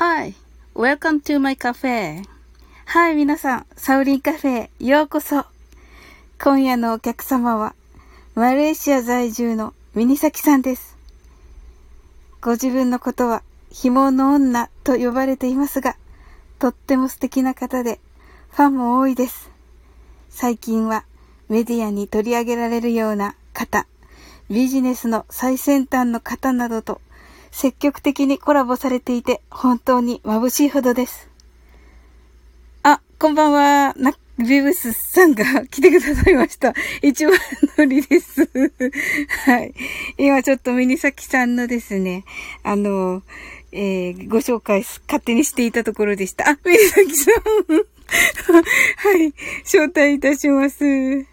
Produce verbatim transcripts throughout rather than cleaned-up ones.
Hi, welcome to my cafe. はい、皆さん、サウリンカフェへようこそ。今夜のお客様は、マレーシア在住のミニサキさんです。ご自分のことは、ひもの女と呼ばれていますが、とっても素敵な方で、ファンも多いです。最近は、メディアに取り上げられるような方、ビジネスの最先端の方などと、積極的にコラボされていて、本当に眩しいほどです。あ、こんばんは。な、ビブスさんが来てくださいました。一番乗りです。はい。今ちょっとミニサキさんのですね、あの、えー、ご紹介勝手にしていたところでした。あ、ミニサキさん。はい。招待いたします。はい。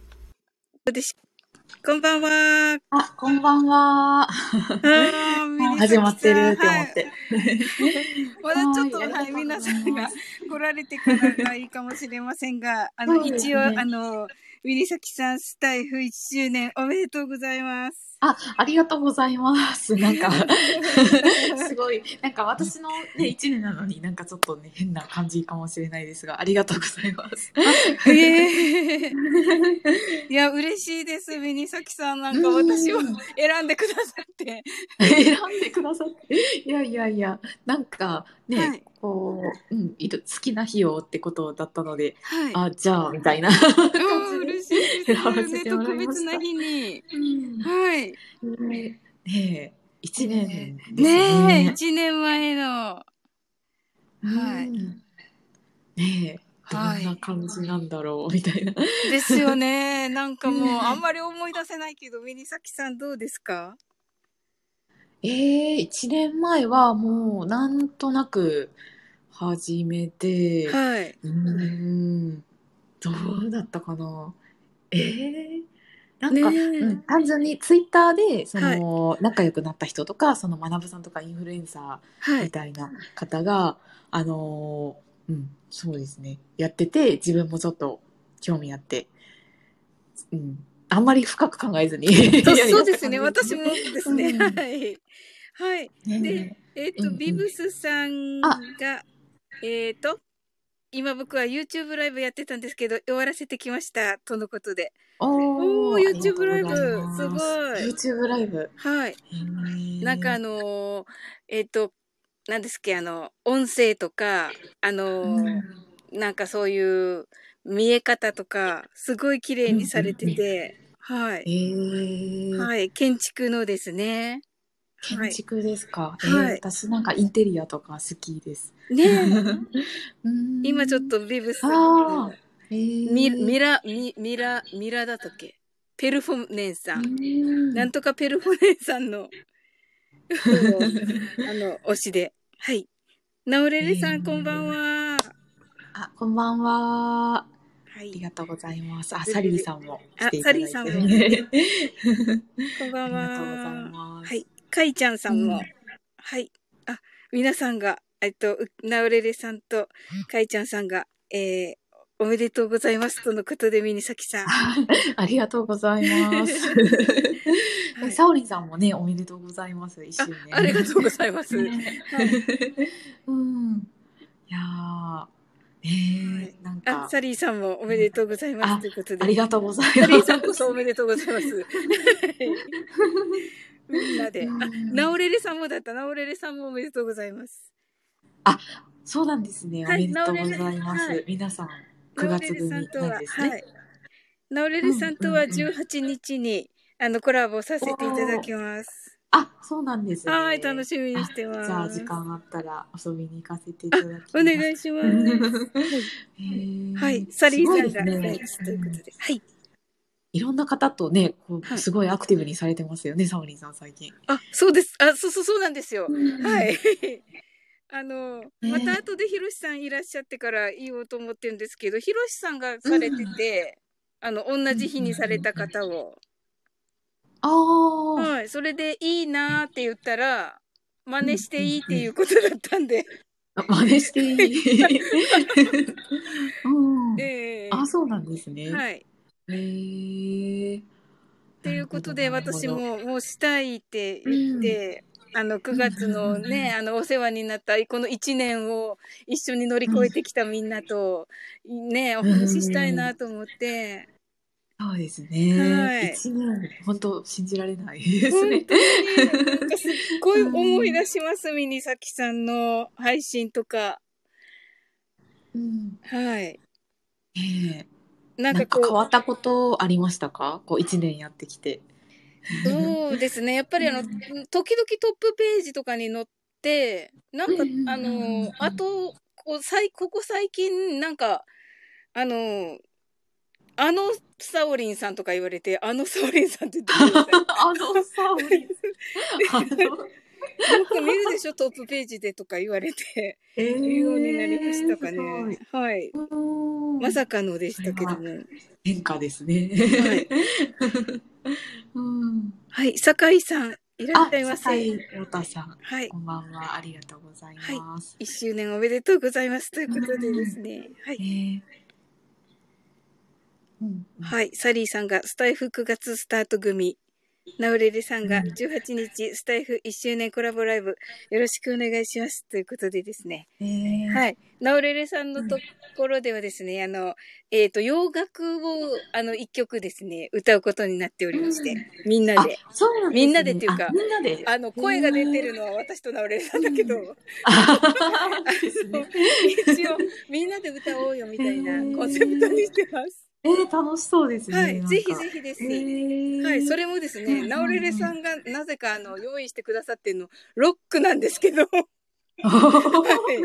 こんばんは。 あ、こんばんは。 あー、ミニサキさん。 始まってるって思って。 まだちょっと、はい、皆さんが来られてからがいいかもしれませんが、あの、ね、一応、あの、ミニサキさんスタイフいっしゅうねんおめでとうございます。 あ、ありがとうございます。なんか、すごい、なんか私のね、いちねんなのになんかちょっとね、変な感じかもしれないですが、ありがとうございます。 えー、いや、嬉しいです、ミニサキさん。なんか私を選んでくださって。 選んでくださって。いやいやいや、なんかね、はい、こう、うん、好きな日をってことだったので、はい、あ、じゃあ、みたいな感じで。 嬉しいですね。特別な日に。うん、はい。 ねえ、一年ですね。 ねえ、一年前の。はい。 ねえ、どんな感じなんだろう、はい、みたいな。 ですよね。なんかもう、あんまり思い出せないけど、ミニサキさんどうですか？ ええー、一年前はもう、なんとなく始めて、はい。うーん、どうだったかな。ええー、なんか、うん、単純にツイッターで、その、はい、仲良くなった人とか、その、まなぶさんとかインフルエンサーみたいな方が、はい、あの、うん、そうですね、やってて、自分もちょっと興味あって、うん、あんまり深く考えずにそうそうですね、私もですね、うん、はい。はい。ね、で、えっ、ー、と、うんうん、ビブスさんが、えっ、ー、と、今僕は YouTube ライブやってたんですけど、終わらせてきました、とのことで。おー、YouTube ライブ、すごい。 YouTube ライブ。 はい。なんかあのー、えっ、ー、と、何ですっけ、あの、音声とか、あのー、うん、なんかそういう見え方とか、すごい綺麗にされてて、はい。えー、はい。建築のですね。 建築ですか。はい、えー、 はい。 私なんかインテリアとか好きです。 ねえ。今ちょっとビブス、あえー、ミミラ、ミミラ、ミラだったっけ？ペルフォネンさん。んなんとかペルフォネンさんの、あの、推しで。はい。ナオレレさん、えー、こんばんは。 あ、こんばんは。はい。ありがとうございます。あ、サリーさんも来ていただいて。あ、サリーさんも。 こんばんは。 ありがとうございます。 はい。かいちゃんさんも。うん、はい。あ、皆さんが、えっと、ナオレレさんとかいちゃんさんが、えー、おめでとうございますとのことで、ミニサキさん。 ありがとうございます。はい、サオリンさんもね、おめでとうございます。一周年。 あ、ありがとうございます。はい、 うん。いやー、えー、はい、なんか。 あ、サリーさんもおめでとうございますということで。 ありがとうございます。 サリーさんこそおめでとうございます。みんなで。あ、ナオレレさんもだった。ナオレレさんもおめでとうございます。 あ、そうなんですね。おめでとうございます。はい、皆さん、くがつ組なんですね。はい。 ナオレレさんとはじゅうはちにちに、あの、コラボさせていただきます。 あ、そうなんですね。 はい、楽しみにしてます。 じゃあ、時間あったら遊びに行かせていただきます。 お願いします。はい。サリーさんがね、ということで。はい。 いろんな方とね、こうすごいアクティブにされてますよね、サオリンさん最近。 あ、そうです。あ、そうそうそうなんですよ。はい。あの、また後でヒロシさんいらっしゃってから言おうと思ってるんですけど、ヒロシさんがされてて、あの、同じ日にされた方を。 ああ。 はい。それでいいなーって言ったら、真似していいっていうことだったんで。 真似していい。うん。えー、あ、そうなんですね。 はい。 へえー。 っていうことで、私ももうしたいって言って、 あの、くがつのね、あの、お世話になった、このいちねんを一緒に乗り越えてきたみんなと、ね、お話ししたいなと思って。 そうですね。 はい。 一年、本当信じられないです本ね。 当に、なんかすっごい思いうん。 出します、ミニサキさんの配信とか。 うん。 はい。 ええ。 なんなんか変かこう、 わったことありましたか？こう一年やってきて。 そうですね。やっぱりあの、 うん。 時々トップページとかに載って、なんか、 うんうんうんあうんの、あと、こう、最、ここ最近、なんか、あの、あのサオリンさんとか言われて、あのサオリンさんって誰みたいな。 あのサオリンさん。あの、 よく見るでしょ、トップページでとか言われて、 え言うようになりましえ、 たかすごい。 ね。はい。 うーん。 まさかのでしそれはたけども。 変化ですね。 はい。 うん。 はい。酒井さん、いらっしあ、 ゃいませ。 酒井陽太さん、 はい。 こんばんは。ありがとうございはい。 ます。 一周年おめでとうございます。といううことででん。 すね。はえい。 ー、うんうん。 はい。サリーさんがスタイフくがつスタート組。ナウレレさんがじゅうはちにちスタイフいっしゅうねんコラボライブよろしくお願いします。ということでですね。 えー、 はい。ナウレレさんうん。 のところではですね、あの、えっと、洋楽を、あの、一曲ですね、歌うことになっておりまして、 うん。あ、 みんなで。 そうなんみんなでっですね。あ、 ていうか、 みんなで。 あの、 へ声が出てえ。 るのは私とナウレレさんだけど、 うん。ああですね。 の、一応、みんなで歌おうよみへたいなコンセプトにえ。 してます。 えー、楽しそうですね、 はい。ぜひなんか。 ぜひでへす。はい。 え。 それもですね、 うんうんナオレレうん。 さんがなぜかあの、用意してくださってるの、ロックなんですけど。はい。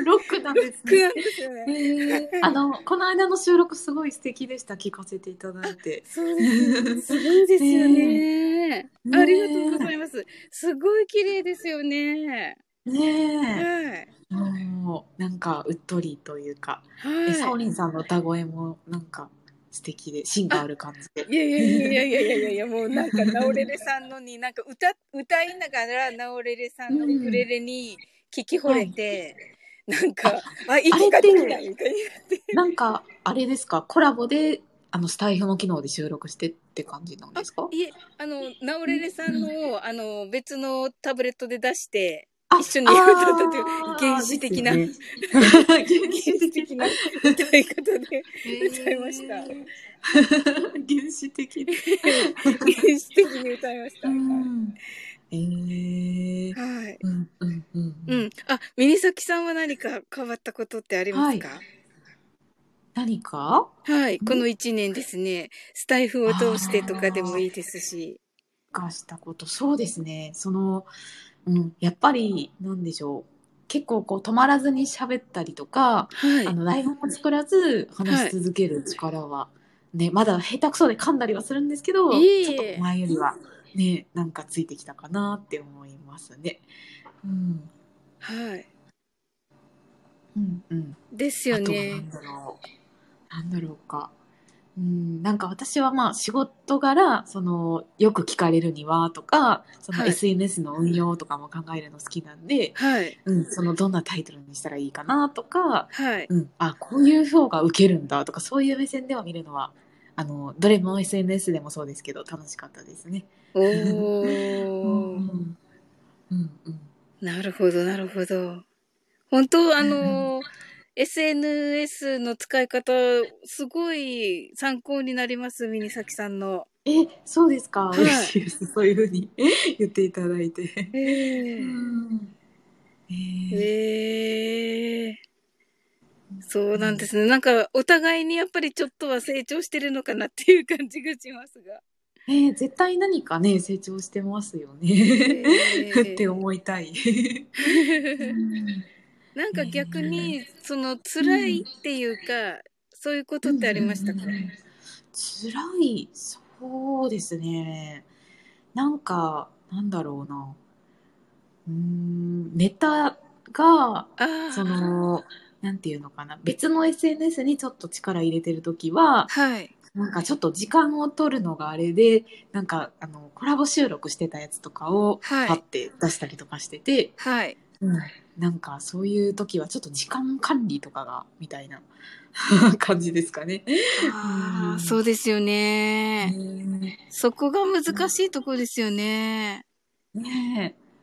ロックなんロッですね。 クなんですよね。 へえ。 はい。 あの、この間の収録すごい素敵でした。聞かせていただあ、 いて。 そうですか。すごいですよねえ。 ね。ありがとうございねます。すごい綺麗ですよね。 え。ねはい。 え。もう、なんか、うっとりというか。え、 はい。 サオリンさんの歌声も、なんか、素敵で、芯があ、 ある感じで。 いやいやいやいやいやいやいや、もうなんか、ナオレレさんのに、なんか歌、歌いながら、ナオレレさうんのウクレん。 レに聞き惚れはい。 て、なんあ、 か、あ、 あれっ息ができないて、 みたいになって。 なんか、あれですか、コラボで、あの、スタイフの機能で収録してって感じなんであ、 すか？ いえ、あの、ナオうん。 レレさんのを、あの、別のタブレットで出して、 あ、 一緒に歌ったという原ああ、で始的な、 すよね。 原原始的な。 始的な歌い方で歌いました。 えー、原始的な。 原始的に歌いました。 うはい。 ん。えー、 はい。 うんうんうんうん。 うん。あ、ミニサキさんは何か変わったことってありまはい。 すか？ 何かはい。こんの一年ですね。スタイフを通してとかでもああいいですし。 ー、かしたこと。そうですね。その、うん、やっぱり、なんでしょう。結構こう止まらずに喋ったりとか、 はい。 あの、台本を作らず話はい。 し続ける力は、ね、まだ下手くそで噛んだりはするんですけいど、ちょっとえいえ。 前よりはね、なんかついてきたかなって思いますね。うん。 はい。 うんうん。 ですよあとはなね。 んだろう。なんだろうか。うん、なんか私はまあ仕事柄、その、よく聞かれるにはとか、そのはい。 エスエヌエス の運用とかも考えるの好きなんで、 はい。 うん、そのどんなタイトルにしたらいいかなとか、 はい。 うん、あ、こういう方が受けるんだとか、そういう目線では見るのは、あの、どれも エスエヌエス でもそうですけど、楽しかったですね。うおー。 ん、うん、うん。 なるほど、なるほど。本当、あの、エスエヌエス の使い方、すごい参考になります、ミニサキさんの。 え、そうですか。嬉はい。 しいです。そういうふうに言っていただいて。うえん。ええー、 ええそううん。 なんですね。なんか、お互いにやっぱりちょっとは成長してるのかなっていう感じがしますが。 えー、絶対何かね、成長してますよね。ってええ思いたい。うん。 なんか逆ねに、そのえ。う辛いん。 っていうか、そういうことってありうんうんうんましたか？ うん。辛い、そうですね。なんか、なんだろうな。うーん、ネタが、そああ、 の、なんていうのかな、別の エスエヌエス にちょっと力入れてるときは、 はい。 なんかちょっと時間を取るのがあれで、なんかあの、コラボ収録してたやつとかをパッはい。 て出したりとかしてて、 はい。 うん、なんかそういう時はちょっと時間管理とかが、みたいな感じですかね。うああ、 ん。 そうですよね。 ねそこが難しいとこですよね。 え、ねえ。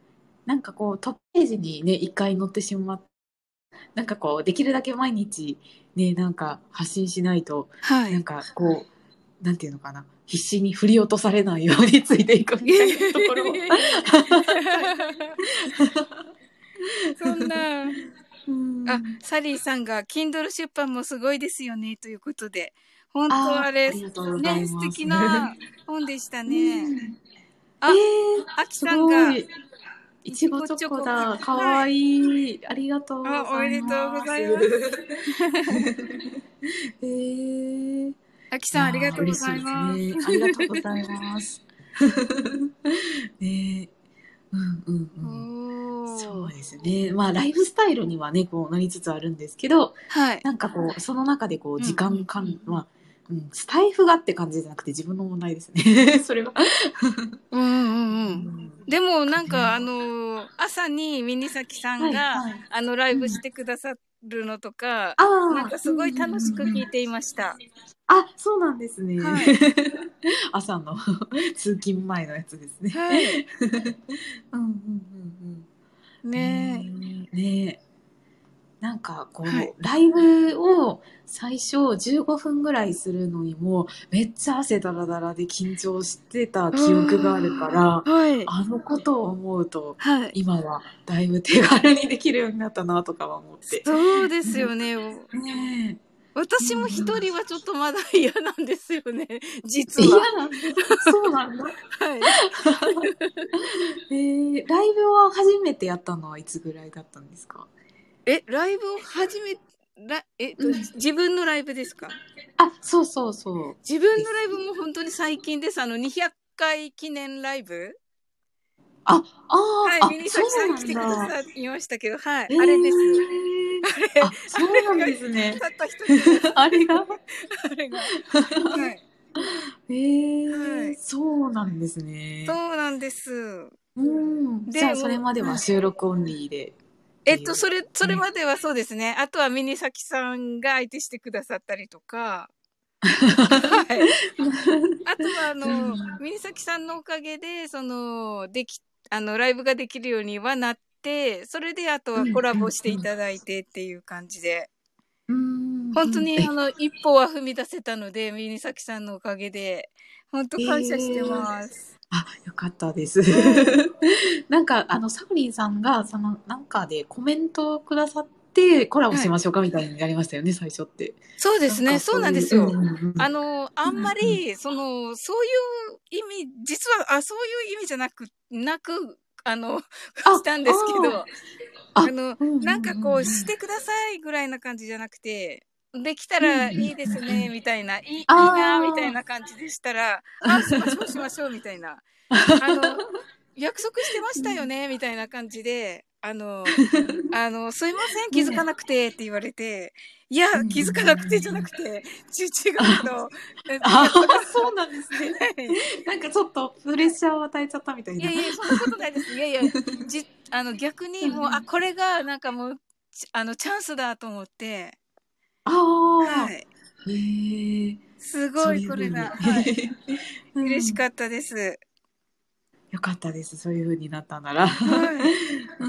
なんかこうトップページにね一回載ってしまって、なんかこうできるだけ毎日ねなんか発信しないと、 はい。 なんかこうなんていうのかな、必死に振り落とされないようについていくみたいなところをそんな。 うん、 あ、サリーさんが Kindle 出版もすごいですよねということで、本当ああれありがとうござね、 い素ます。 敵な本でしたうね。 ん、えあ、 ー、 アキすさんがごい。いいちちごチョごチョコ、 コだ。かはい。 わいい。ありがとうごあ、おざいめでとうごます。 ざいます。 えー、いアキさんありがやー、 とうご嬉しいですざいます。 ね。ありがとうございます。ね、うんうんうん。そおー。 うですね。まあ、ライフスタイルにはね、こうなりつつあるんですけど、 はい。 なんかこう、その中でこう、時うん。 間感、まあ、うん、スタイフがって感じじゃなくて自分の問題ですね。それは。 うんうんうんうん。 うん、 でもかなんかあね。 のー朝にミニサキさんはいがはい。 あのライうん。 ブしてくださるのとか、 あなんかあ、うんうんすごい楽しくうんうん。 聞いていました。 あ、そうなんですね。 はい。 朝の通勤前のやつですね。 はい。 うんうんうんうん。 ねえ。 ねえ、ねえ。なんかはい。 こう、ライブを最初じゅうごふんぐらいするのにも、めっちゃ汗だらだらで緊張してた記憶があるかあら、 あ、はい。 あのことを思うと、 はい。 今はだいぶ手軽にできるようになったなとかは思って。 そうですよね。 ねえ。うん私もうん。 一人はちょっとまだ嫌なんですよね。実は。 嫌なんだ。そうなんだ。 はい。 えー、ライブは初めてやったのはいつぐらいだったんですか？ え、ライブを始め、ら、えっと、 うん。 自分のライブですか？ あ、そうそうそう自分です。 のライブも本当に最近です。あの、にひゃっかい記念ライブ。 あ、あはい、 あ、あ、 ミニサキさそうん来てくだなんだ。 さいましたけど、はい、 えあれです。 え。 あれ、 あ、そうなんあれが、 ですね。 たった一人です。 あれが。 あれが。はい。 ええ、 はい。 そうなんですね。 そうなんです。 うん。じゃで、 あ、それもう、 までははい。 収録オンリーでってえっと、 いう。 それ、それね。 まではそうですね。あとはミニサキさんが相手してくださったりとか、はい。あとは、あの、 うん。 ミニサキさんのおかげで、その、でき、あの、ライブができるようにはなって、それで、あとうんうんはコラボしてうん。 いただいてっていう感じで、 うーん、 本当うん。え、 にあの、一歩は踏み出せたので、ミニサキさんのおかげで、本当感謝してええ。 ます。 あ、よかったです。 はい。 なんか、あの、サブリンさんが、その、なんかでコメントをくださって、コラボはい。 しましょうかみたいにやりましたよね、最初って。なんそうですね。そうかそういう、 なんですよ。 うんうんうん。 あの、あんまうんうん。 り、その、そういう意味、実は、あ、そういう意味じゃなく、なく、あの、 あ、 したんですけど、 ああ、あ、 あの、 うんうんうんなんかこう、 うん。 してくださいぐらいな感じじゃなくて、できたうんうんらいいですね、 うんうん。 みたいな、いい、いいな、みたいあな感じでしたら、あ、しましょう、しましょう、みたいな。あの、約束してましたよね、みたいな感じで、あの、あの、すいません、気づかね。 なくて、って言われて、いや、 うんうんうん気づかなくてじゃなうん。 くて、ち、違うけあ、 ど、え、 ああ、 約束、 そうなんですね。 はい。 なんかちょっとプレッシャーを与えちゃったみたいな。 いやいや、そんなことないです。いやいや、じ、あの、逆にもう、あ、これが、なんかもう、ちあの、チャンスだと思って、 ああ、 はい。 へえ、そうすごいいう風に。 これが、はい。 うん。 嬉しかったです。 よかったです。そういう風になったなら。 はい。 うん。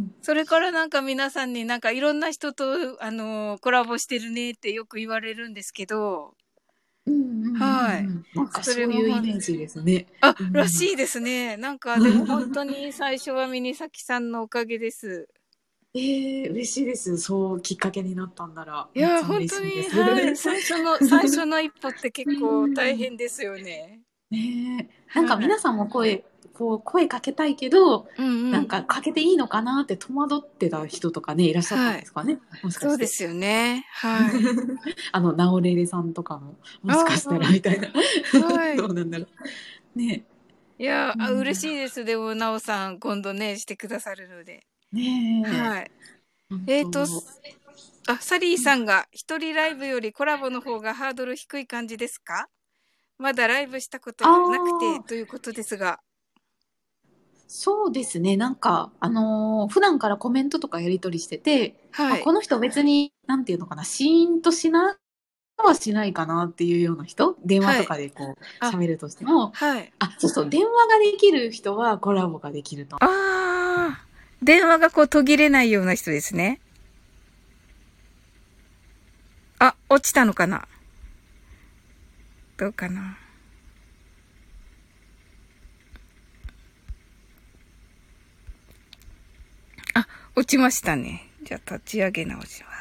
それからなんか皆さんになんかいろんな人と、あの、コラボしてるねってよく言われるんですけど、 うんうんうんはい。 うん。なんかそそういうイれもほん、 メージですね。 あ、 うん。 らしいですね。なんかでも本当に最初はミニサキさんのおかげです。 ええ、嬉しいです。そうきっかけになったんなら、 いや、 めっちゃ本当に、 嬉しいです。 はい。最初の、最初の一歩って結構大変ですよね。 ねえ、なんはい。 か皆さんも声、こう声かけたいけど、 うんうん。 なんかかけていいのかなって戸惑ってた人とかね、いらっしゃったんはい。 ですかね、もしかして。 そうですよね。はい。 あの、ナオレレさんとかも、もしかしたらあみたいな。 あ、はどい。 うなんだろう。ねいや、 え。うあ、嬉ん、 しいです。でも、なおさん、今度ね、してくださるので。 ねえ、 はい。 本えっと、 当。 すあ、サリーさんが、一人ライブよりコラボの方がハードル低い感じですか？まだライブしたことあがなくて、とあ、 いうことですが。 そうですね。なんか、あのー普段からコメントとかやり取りしてて、あ、 はい。 この人別に、なんていうのかな、シーンとしなはしないかなっていうような人、電話はい。 とかでこうあ、 喋るとしても、 はい。 あ、そうそう、電話ができる人はコラボができると。 ああ。 電話がこう途切れないような人ですね。あ、落ちたのかな？どうかな？あ、落ちましたね。じゃあ立ち上げ直します。